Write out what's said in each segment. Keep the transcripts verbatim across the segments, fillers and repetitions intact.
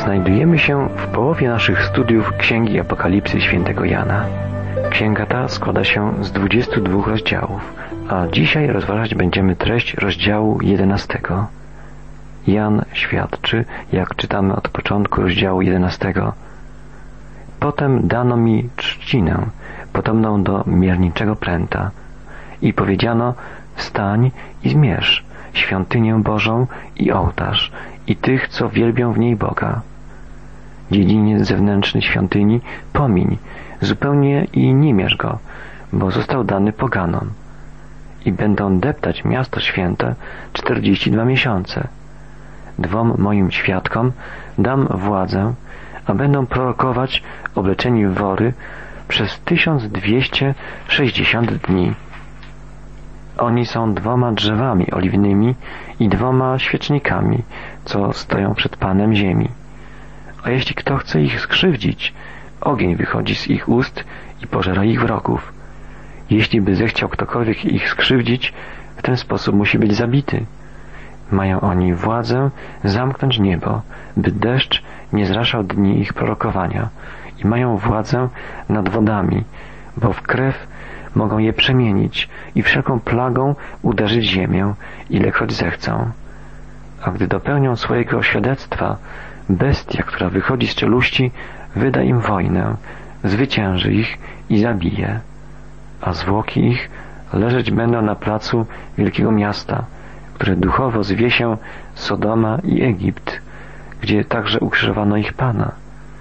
Znajdujemy się w połowie naszych studiów Księgi Apokalipsy świętego Jana. Księga ta składa się z dwudziestu dwóch rozdziałów, a dzisiaj rozważać będziemy treść rozdziału jedenastego. Jan świadczy, jak czytamy od początku rozdziału jedenastego. Potem dano mi trzcinę, podobną do mierniczego pręta, i powiedziano: wstań i zmierz świątynię Bożą i ołtarz i tych, co wielbią w niej Boga. Dziedziniec zewnętrzny świątyni pomiń zupełnie i nie mierz go, bo został dany poganom. I będą deptać miasto święte czterdzieści dwa miesiące. Dwom moim świadkom dam władzę, a będą prorokować obleczeni w wory przez tysiąc dwieście sześćdziesiąt dni. Oni są dwoma drzewami oliwnymi i dwoma świecznikami, co stoją przed Panem ziemi. A jeśli kto chce ich skrzywdzić, ogień wychodzi z ich ust i pożera ich wrogów. Jeśli by zechciał ktokolwiek ich skrzywdzić, w ten sposób musi być zabity. Mają oni władzę zamknąć niebo, by deszcz nie zraszał dni ich prorokowania, i mają władzę nad wodami, bo w krew mogą je przemienić i wszelką plagą uderzyć ziemię, ilekroć zechcą. A gdy dopełnią swojego świadectwa, bestia, która wychodzi z czeluści, wyda im wojnę, zwycięży ich i zabije. A zwłoki ich leżeć będą na placu wielkiego miasta, które duchowo zwie się Sodoma i Egipt, gdzie także ukrzyżowano ich Pana.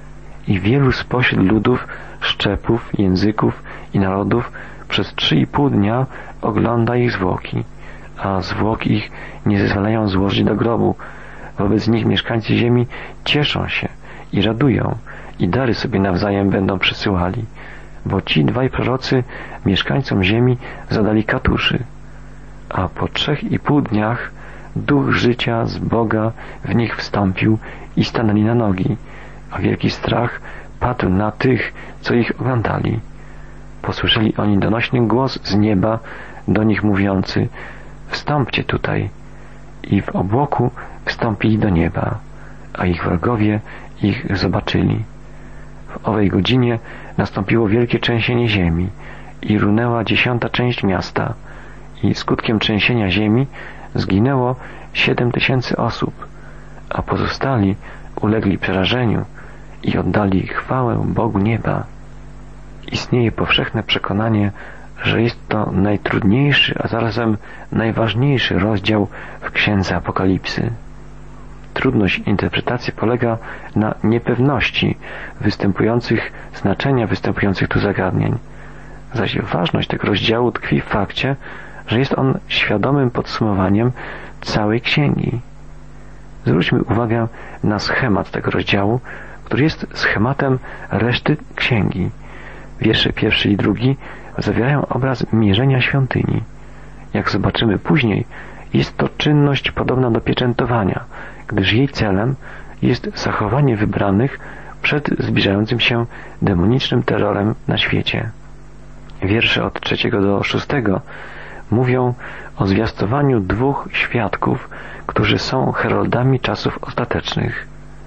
I wielu spośród ludów, szczepów, języków i narodów przez trzy i pół dnia ogląda ich zwłoki, a zwłoki ich nie zezwalają złożyć do grobu. Wobec nich mieszkańcy ziemi cieszą się i radują i dary sobie nawzajem będą przysyłali, bo ci dwaj prorocy mieszkańcom ziemi zadali katuszy. A po trzech i pół dniach duch życia z Boga w nich wstąpił i stanęli na nogi, a wielki strach padł na tych, co ich oglądali. Posłyszeli oni donośny głos z nieba do nich mówiący: wstąpcie tutaj. I w obłoku wstąpili do nieba, a ich wrogowie ich zobaczyli. W owej godzinie nastąpiło wielkie trzęsienie ziemi i runęła dziesiąta część miasta, i skutkiem trzęsienia ziemi zginęło siedem tysięcy osób, a pozostali ulegli przerażeniu i oddali chwałę Bogu nieba. Istnieje powszechne przekonanie, że jest to najtrudniejszy, a zarazem najważniejszy rozdział w Księdze Apokalipsy. Trudność interpretacji polega na niepewności występujących, znaczenia występujących tu zagadnień. Zaś ważność tego rozdziału tkwi w fakcie, że jest on świadomym podsumowaniem całej księgi. Zwróćmy uwagę na schemat tego rozdziału, który jest schematem reszty księgi. Wiersze pierwszy i drugi zawierają obraz mierzenia świątyni. Jak zobaczymy później, jest to czynność podobna do pieczętowania, gdyż jej celem jest zachowanie wybranych przed zbliżającym się demonicznym terrorem na świecie. Wiersze od trzeciego do szóstego mówią o zwiastowaniu dwóch świadków, którzy są heroldami czasów ostatecznych.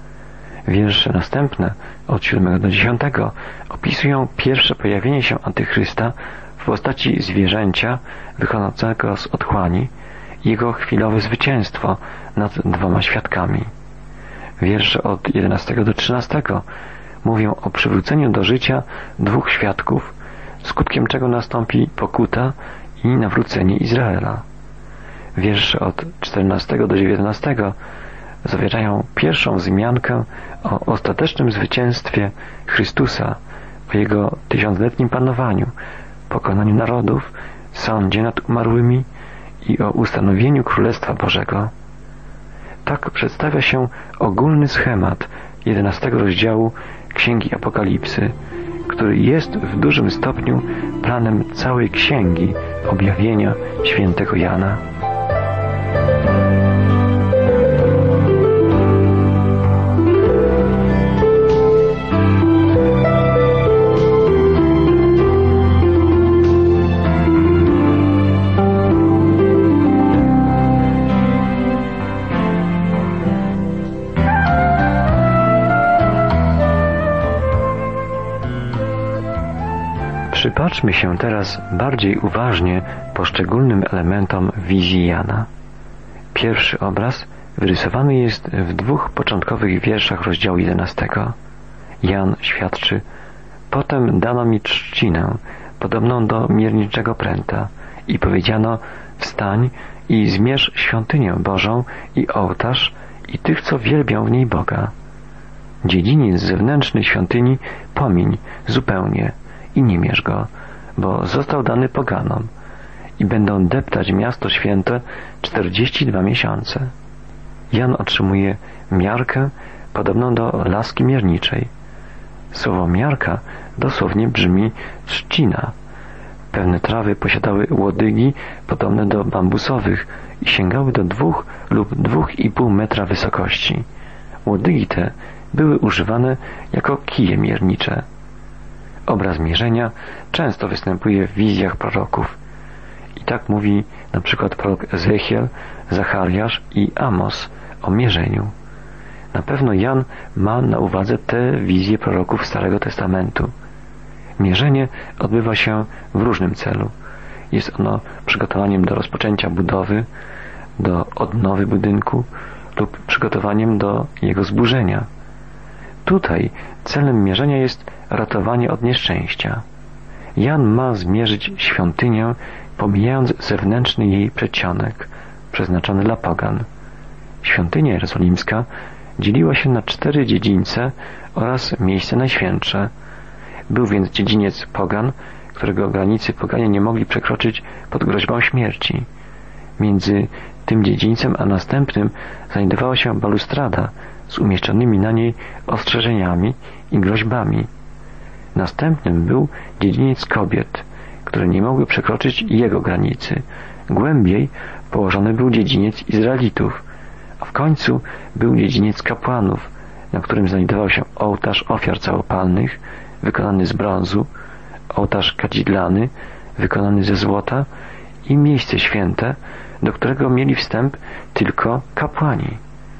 Wiersze następne, od siódmego do dziesiątego, opisują pierwsze pojawienie się Antychrysta w postaci zwierzęcia wychodzącego z otchłani i jego chwilowe zwycięstwo nad dwoma świadkami. Wiersze od jedenastego do trzynastego mówią o przywróceniu do życia dwóch świadków, skutkiem czego nastąpi pokuta i nawrócenie Izraela. Wiersze od czternastego do dziewiętnastego zawierają pierwszą wzmiankę o ostatecznym zwycięstwie Chrystusa, o Jego tysiącletnim panowaniu, pokonaniu narodów, sądzie nad umarłymi i o ustanowieniu Królestwa Bożego. Tak przedstawia się ogólny schemat jedenastego rozdziału Księgi Apokalipsy, który jest w dużym stopniu planem całej Księgi Objawienia świętego Jana. Przypatrzmy się teraz bardziej uważnie poszczególnym elementom wizji Jana. Pierwszy obraz wyrysowany jest w dwóch początkowych wierszach rozdziału jedenastego. Jan świadczy: potem dano mi trzcinę, podobną do mierniczego pręta, i powiedziano: wstań i zmierz świątynię Bożą i ołtarz i tych, co wielbią w niej Boga. Dziedziniec zewnętrzny świątyni pomiń zupełnie i nie mierz go, bo został dany poganom i będą deptać miasto święte czterdzieści dwa miesiące. Jan otrzymuje miarkę podobną do laski mierniczej. Słowo miarka dosłownie brzmi trzcina. Pewne trawy posiadały łodygi podobne do bambusowych i sięgały do dwóch lub dwóch i pół metra wysokości. Łodygi te były używane jako kije miernicze. Obraz mierzenia często występuje w wizjach proroków. I tak mówi na przykład prorok Ezechiel, Zachariasz i Amos o mierzeniu. Na pewno Jan ma na uwadze te wizje proroków Starego Testamentu. Mierzenie odbywa się w różnym celu. Jest ono przygotowaniem do rozpoczęcia budowy, do odnowy budynku lub przygotowaniem do jego zburzenia. Tutaj celem mierzenia jest ratowanie od nieszczęścia. Jan ma zmierzyć świątynię, pomijając zewnętrzny jej przedsionek, przeznaczony dla pogan. Świątynia jerozolimska dzieliła się na cztery dziedzińce oraz miejsce najświętsze. Był więc dziedziniec pogan, którego granicy poganie nie mogli przekroczyć pod groźbą śmierci. Między tym dziedzińcem a następnym znajdowała się balustrada z umieszczonymi na niej ostrzeżeniami i groźbami. Następnym był dziedziniec kobiet, które nie mogły przekroczyć jego granicy. Głębiej położony był dziedziniec Izraelitów, a w końcu był dziedziniec kapłanów, na którym znajdował się ołtarz ofiar całopalnych, wykonany z brązu, ołtarz kadzidlany, wykonany ze złota i miejsce święte, do którego mieli wstęp tylko kapłani.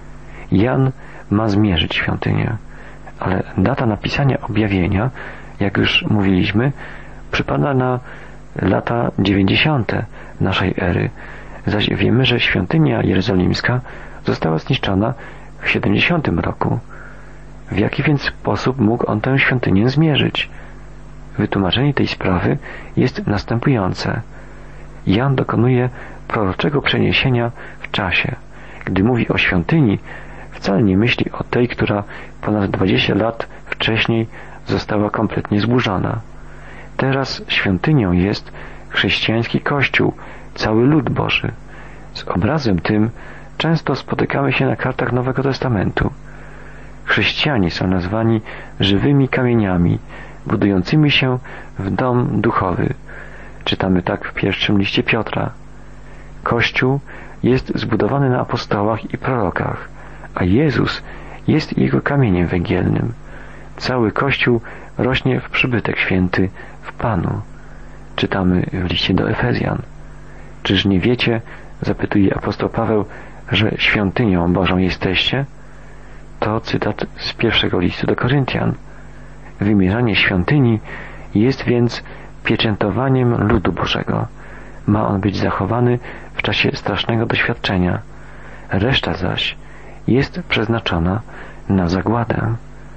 Jan ma zmierzyć świątynię, ale data napisania objawienia, jak już mówiliśmy, przypada na lata dziewięćdziesiąte naszej ery, zaś wiemy, że świątynia jerozolimska została zniszczona w siedemdziesiątym roku. W jaki więc sposób mógł on tę świątynię zmierzyć? Wytłumaczenie tej sprawy jest następujące. Jan dokonuje proroczego przeniesienia w czasie. Gdy mówi o świątyni, wcale nie myśli o tej, która ponad dwadzieścia lat wcześniej została kompletnie zburzona. Teraz świątynią jest chrześcijański Kościół, cały lud Boży. Z obrazem tym często spotykamy się na kartach Nowego Testamentu. Chrześcijanie są nazwani żywymi kamieniami, budującymi się w dom duchowy. Czytamy tak w pierwszym liście Piotra. Kościół jest zbudowany na apostołach i prorokach, a Jezus jest jego kamieniem węgielnym. Cały Kościół rośnie w przybytek święty w Panu. Czytamy w liście do Efezjan. Czyż nie wiecie, zapytuje apostoł Paweł, że świątynią Bożą jesteście? To cytat z pierwszego listu do Koryntian. Wymierzanie świątyni jest więc pieczętowaniem ludu Bożego. Ma on być zachowany w czasie strasznego doświadczenia. Reszta zaś jest przeznaczona na zagładę.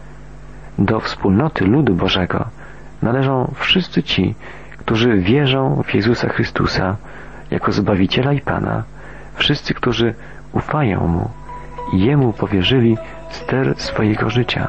Do wspólnoty ludu Bożego należą wszyscy ci, którzy wierzą w Jezusa Chrystusa jako Zbawiciela i Pana, wszyscy, którzy ufają Mu i Jemu powierzyli ster swojego życia.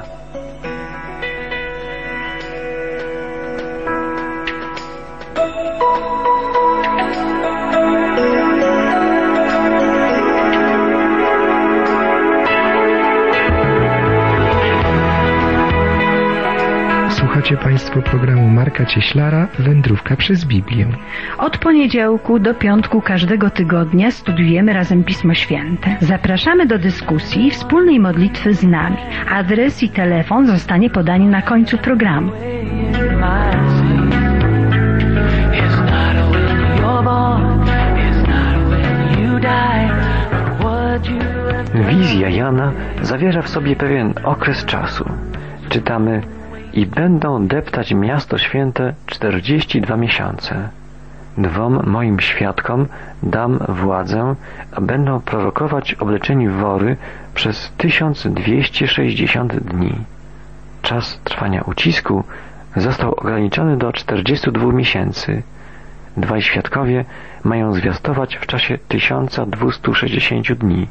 Słuchacie Państwo programu Marka Cieślara Wędrówka przez Biblię. Od poniedziałku do piątku każdego tygodnia studiujemy razem Pismo Święte. Zapraszamy do dyskusji i wspólnej modlitwy z nami. Adres i telefon zostanie podany na końcu programu. Wizja Jana zawiera w sobie pewien okres czasu. Czytamy: i będą deptać miasto święte czterdzieści dwa miesiące. Dwom moim świadkom dam władzę, a będą prorokować obleczeni w wory przez tysiąc dwieście sześćdziesiąt dni. Czas trwania ucisku został ograniczony do czterdziestu dwóch miesięcy. Dwaj świadkowie mają zwiastować w czasie tysiąc dwieście sześćdziesiąt dni.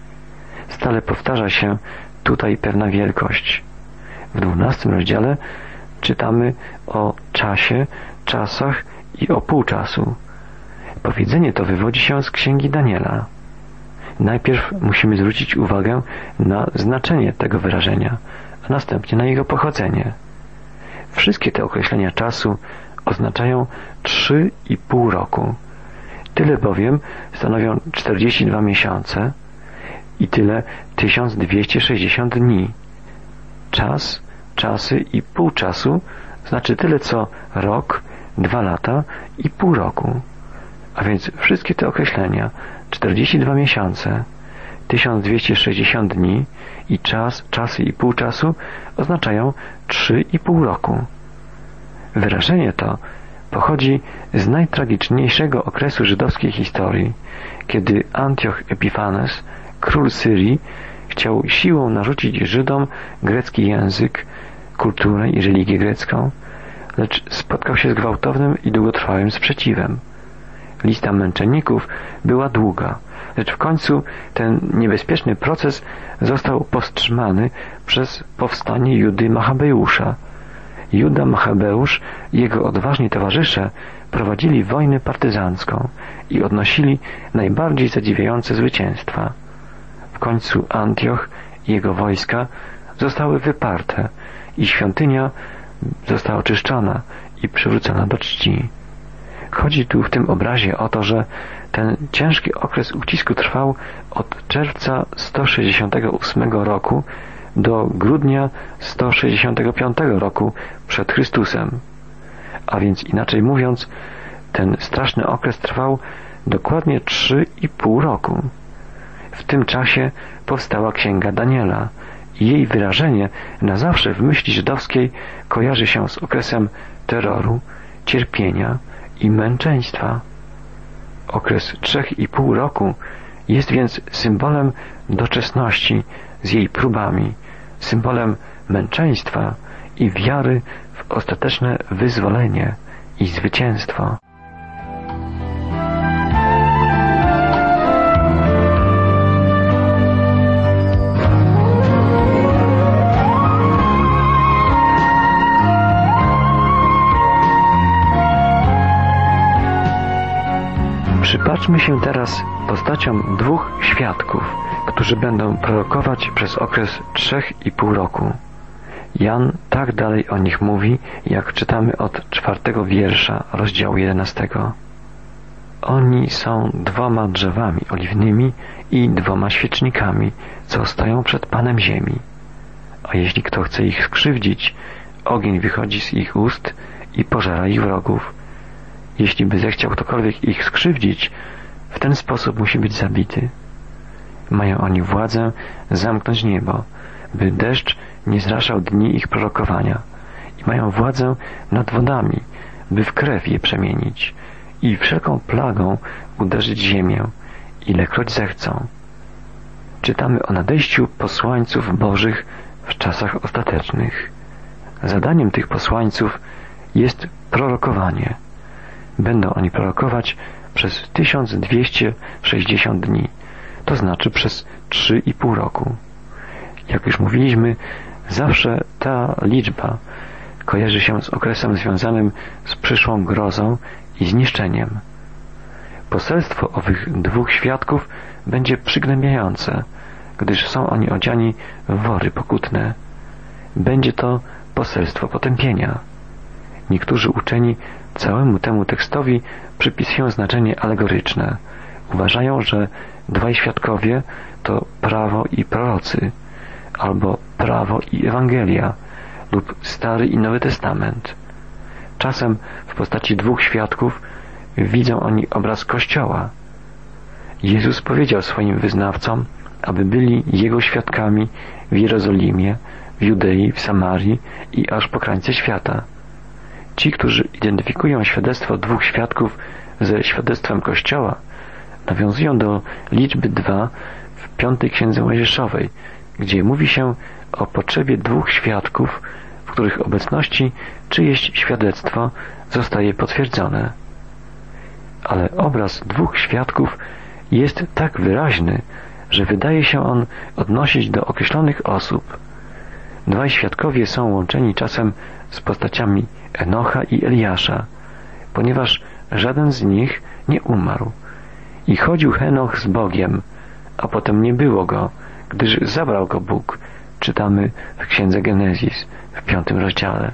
Stale powtarza się tutaj pewna wielkość. W dwunastym rozdziale czytamy o czasie, czasach i o pół czasu. Powiedzenie to wywodzi się z Księgi Daniela. Najpierw musimy zwrócić uwagę na znaczenie tego wyrażenia, a następnie na jego pochodzenie. Wszystkie te określenia czasu oznaczają trzy i pół roku. Tyle bowiem stanowią czterdzieści dwa miesiące i tyle tysiąc dwieście sześćdziesiąt dni. Czas, czasy i pół czasu znaczy tyle co rok, dwa lata i pół roku. A więc wszystkie te określenia, czterdzieści dwa miesiące, tysiąc dwieście sześćdziesiąt dni i czas, czasy i pół czasu oznaczają trzy i pół roku. Wyrażenie to pochodzi z najtragiczniejszego okresu żydowskiej historii, kiedy Antioch Epifanes, król Syrii, chciał siłą narzucić Żydom grecki język, kulturę i religię grecką, lecz spotkał się z gwałtownym i długotrwałym sprzeciwem. Lista męczenników była długa, lecz w końcu ten niebezpieczny proces został powstrzymany przez powstanie Judy Machabeusza. Juda Machabeusz i jego odważni towarzysze prowadzili wojnę partyzancką i odnosili najbardziej zadziwiające zwycięstwa. W końcu Antioch i jego wojska zostały wyparte i świątynia została oczyszczona i przywrócona do czci. Chodzi tu w tym obrazie o to, że ten ciężki okres ucisku trwał od czerwca sto sześćdziesiątego ósmego roku do grudnia sto sześćdziesiątego piątego roku przed Chrystusem. A więc inaczej mówiąc, ten straszny okres trwał dokładnie trzy i pół roku. W tym czasie powstała Księga Daniela i jej wyrażenie na zawsze w myśli żydowskiej kojarzy się z okresem terroru, cierpienia i męczeństwa. Okres trzech i pół roku jest więc symbolem doczesności z jej próbami, symbolem męczeństwa i wiary w ostateczne wyzwolenie i zwycięstwo. Przypatrzmy się teraz postaciom dwóch świadków, którzy będą prorokować przez okres trzech i pół roku. Jan tak dalej o nich mówi, jak czytamy od czwartego wiersza rozdziału jedenastego. Oni są dwoma drzewami oliwnymi i dwoma świecznikami, co stoją przed Panem ziemi. A jeśli kto chce ich skrzywdzić, ogień wychodzi z ich ust i pożera ich wrogów. Jeśli by zechciał ktokolwiek ich skrzywdzić, w ten sposób musi być zabity. Mają oni władzę zamknąć niebo, by deszcz nie zraszał dni ich prorokowania, i mają władzę nad wodami, by w krew je przemienić i wszelką plagą uderzyć ziemię, ilekroć zechcą. Czytamy o nadejściu posłańców Bożych w czasach ostatecznych. Zadaniem tych posłańców jest prorokowanie. Będą oni prorokować przez tysiąc dwieście sześćdziesiąt dni, to znaczy przez trzy i pół roku. Jak już mówiliśmy, zawsze ta liczba kojarzy się z okresem związanym z przyszłą grozą i zniszczeniem. Poselstwo owych dwóch świadków będzie przygnębiające, gdyż są oni odziani w wory pokutne. Będzie to poselstwo potępienia. Niektórzy uczeni całemu temu tekstowi przypisują znaczenie alegoryczne. Uważają, że dwaj świadkowie to prawo i prorocy, albo prawo i Ewangelia, lub Stary i Nowy Testament. Czasem w postaci dwóch świadków widzą oni obraz Kościoła. Jezus powiedział swoim wyznawcom, aby byli Jego świadkami w Jerozolimie, w w Judei, w Samarii i aż po krańce świata. Ci, którzy identyfikują świadectwo dwóch świadków ze świadectwem Kościoła, nawiązują do liczby dwa w piątej Księdze Mojżeszowej, gdzie mówi się o potrzebie dwóch świadków, w których obecności czyjeś świadectwo zostaje potwierdzone. Ale obraz dwóch świadków jest tak wyraźny, że wydaje się on odnosić do określonych osób. Dwaj świadkowie są łączeni czasem z postaciami Enocha i Eliasza, ponieważ żaden z nich nie umarł. I chodził Henoch z Bogiem, a potem nie było go, gdyż zabrał go Bóg. Czytamy w Księdze Genezis w piątym rozdziale.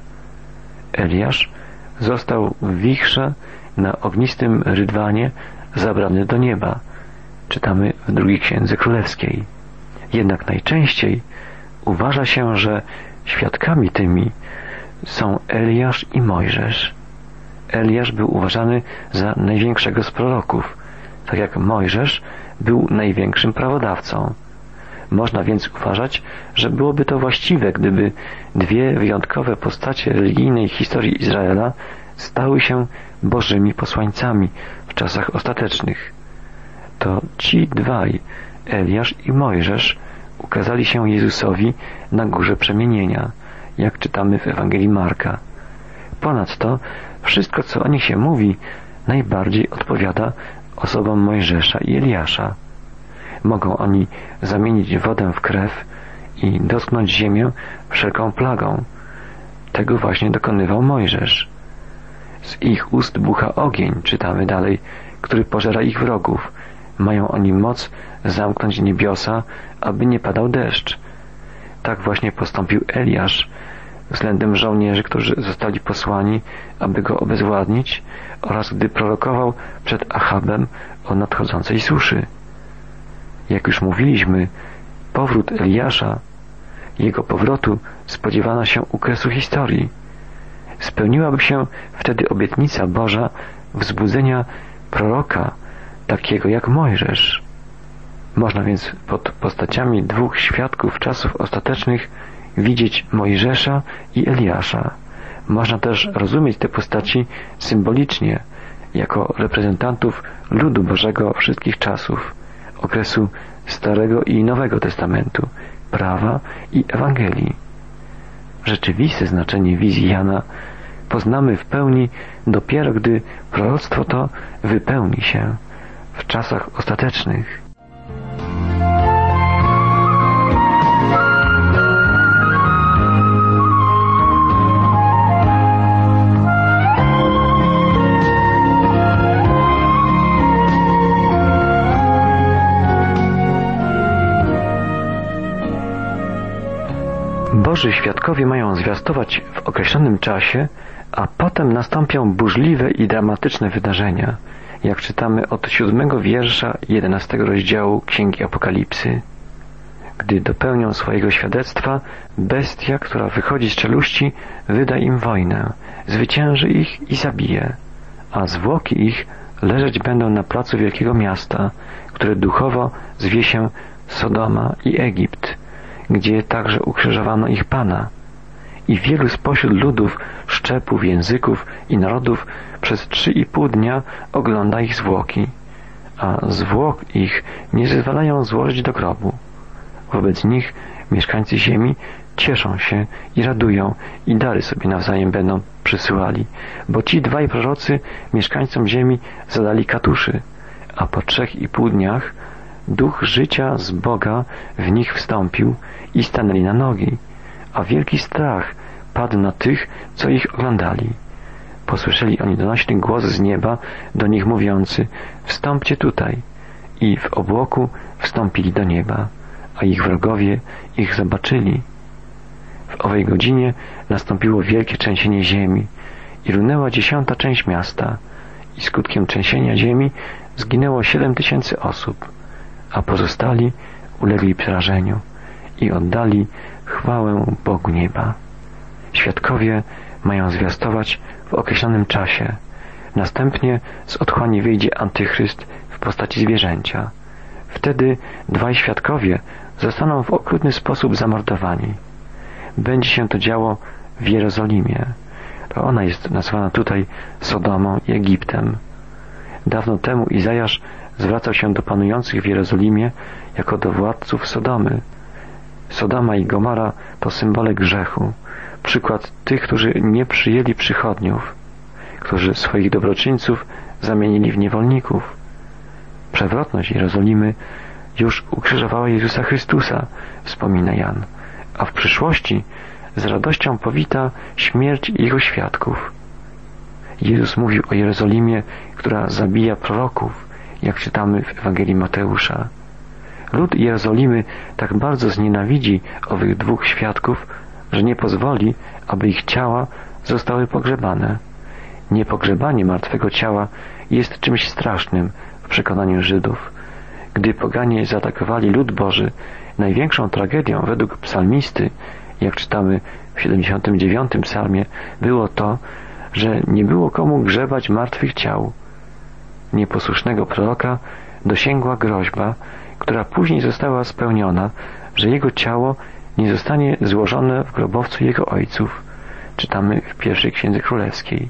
Eliasz został w wichrze na ognistym rydwanie zabrany do nieba. Czytamy w drugiej Księdze Królewskiej. Jednak najczęściej uważa się, że świadkami tymi są Eliasz i Mojżesz. Eliasz był uważany za największego z proroków, tak jak Mojżesz był największym prawodawcą. Można więc uważać, że byłoby to właściwe, gdyby dwie wyjątkowe postacie religijnej historii Izraela stały się Bożymi posłańcami w czasach ostatecznych. To ci dwaj, Eliasz i Mojżesz, ukazali się Jezusowi na Górze Przemienienia, jak czytamy w Ewangelii Marka. Ponadto wszystko, co o nich się mówi, najbardziej odpowiada osobom Mojżesza i Eliasza. Mogą oni zamienić wodę w krew i dotknąć ziemię wszelką plagą. Tego właśnie dokonywał Mojżesz. Z ich ust bucha ogień, czytamy dalej, który pożera ich wrogów. Mają oni moc zamknąć niebiosa, aby nie padał deszcz. Tak właśnie postąpił Eliasz względem żołnierzy, którzy zostali posłani, aby go obezwładnić, oraz gdy prorokował przed Achabem o nadchodzącej suszy. Jak już mówiliśmy, powrót Eliasza, jego powrotu spodziewano się u kresu historii. Spełniłaby się wtedy obietnica Boża wzbudzenia proroka, takiego jak Mojżesz. Można więc pod postaciami dwóch świadków czasów ostatecznych widzieć Mojżesza i Eliasza. Można też rozumieć te postaci symbolicznie, jako reprezentantów ludu Bożego wszystkich czasów, okresu Starego i Nowego Testamentu, prawa i Ewangelii. Rzeczywiste znaczenie wizji Jana poznamy w pełni dopiero, gdy proroctwo to wypełni się w czasach ostatecznych. Boży świadkowie mają zwiastować w określonym czasie, a potem nastąpią burzliwe i dramatyczne wydarzenia, jak czytamy od siódmego wiersza jedenastego rozdziału Księgi Apokalipsy. Gdy dopełnią swojego świadectwa, bestia, która wychodzi z czeluści, wyda im wojnę, zwycięży ich i zabije, a zwłoki ich leżeć będą na placu wielkiego miasta, które duchowo zwie się Sodoma i Egipt, gdzie także ukrzyżowano ich Pana. I wielu spośród ludów, szczepów, języków i narodów przez trzy i pół dnia ogląda ich zwłoki, a zwłok ich nie zezwalają złożyć do grobu. Wobec nich mieszkańcy ziemi cieszą się i radują i dary sobie nawzajem będą przysyłali, bo ci dwaj prorocy mieszkańcom ziemi zadali katuszy, a po trzech i pół dniach duch życia z Boga w nich wstąpił i stanęli na nogi, a wielki strach padł na tych, co ich oglądali. Posłyszeli oni donośny głos z nieba do nich mówiący: wstąpcie tutaj. I w obłoku wstąpili do nieba, a ich wrogowie ich zobaczyli. W owej godzinie nastąpiło wielkie trzęsienie ziemi i runęła dziesiąta część miasta i skutkiem trzęsienia ziemi zginęło siedem tysięcy osób, a pozostali ulegli przerażeniu i oddali chwałę Bogu nieba. Świadkowie mają zwiastować w określonym czasie. Następnie z otchłani wyjdzie Antychryst w postaci zwierzęcia. Wtedy dwaj świadkowie zostaną w okrutny sposób zamordowani. będzie się to działo w Jerozolimie. To ona jest nazwana tutaj Sodomą i Egiptem. Dawno temu Izajasz zwracał się do panujących w Jerozolimie jako do władców Sodomy. Sodoma i Gomora to symbole grzechu, przykład tych, którzy nie przyjęli przychodniów, którzy swoich dobroczyńców zamienili w niewolników. Przewrotność Jerozolimy już ukrzyżowała Jezusa Chrystusa, wspomina Jan, a w przyszłości z radością powita śmierć Jego świadków. Jezus mówił o Jerozolimie, która zabija proroków, jak czytamy w Ewangelii Mateusza. Lud Jerozolimy tak bardzo znienawidzi owych dwóch świadków, że nie pozwoli, aby ich ciała zostały pogrzebane. Niepogrzebanie martwego ciała jest czymś strasznym w przekonaniu Żydów. Gdy poganie zaatakowali lud Boży, największą tragedią według psalmisty, jak czytamy w siedemdziesiątym dziewiątym psalmie, było to, że nie było komu grzebać martwych ciał. Nieposłusznego proroka dosięgła groźba, która później została spełniona, że jego ciało nie zostanie złożone w grobowcu jego ojców. Czytamy w pierwszej Księdze Królewskiej.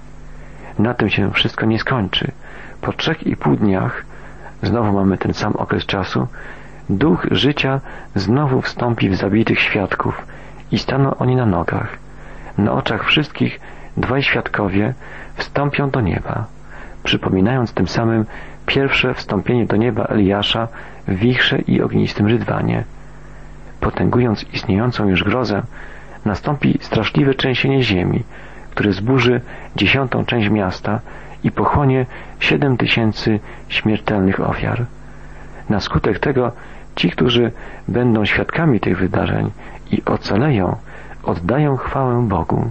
Na tym się wszystko nie skończy. Po trzech i pół dniach, znowu mamy ten sam okres czasu, duch życia znowu wstąpi w zabitych świadków i staną oni na nogach. Na oczach wszystkich dwaj świadkowie wstąpią do nieba, przypominając tym samym pierwsze wstąpienie do nieba Eliasza w wichrze i ognistym rydwanie. Potęgując istniejącą już grozę, nastąpi straszliwe trzęsienie ziemi, które zburzy dziesiątą część miasta i pochłonie siedem tysięcy śmiertelnych ofiar. Na skutek tego ci, którzy będą świadkami tych wydarzeń i ocaleją, oddają chwałę Bogu.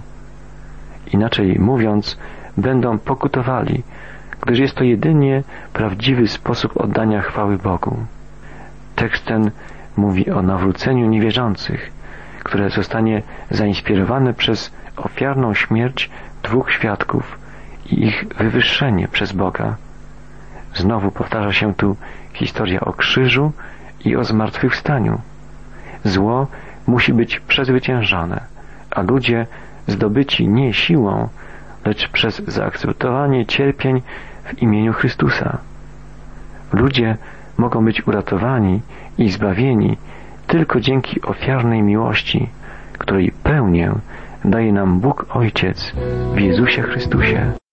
Inaczej mówiąc, będą pokutowali, gdyż jest to jedynie prawdziwy sposób oddania chwały Bogu. Tekst ten mówi o nawróceniu niewierzących, które zostanie zainspirowane przez ofiarną śmierć dwóch świadków i ich wywyższenie przez Boga. Znowu powtarza się tu historia o krzyżu i o zmartwychwstaniu. Zło musi być przezwyciężone, a ludzie zdobyci nie siłą, lecz przez zaakceptowanie cierpień w imieniu Chrystusa. Ludzie mogą być uratowani i zbawieni tylko dzięki ofiarnej miłości, której pełnię daje nam Bóg Ojciec w Jezusie Chrystusie.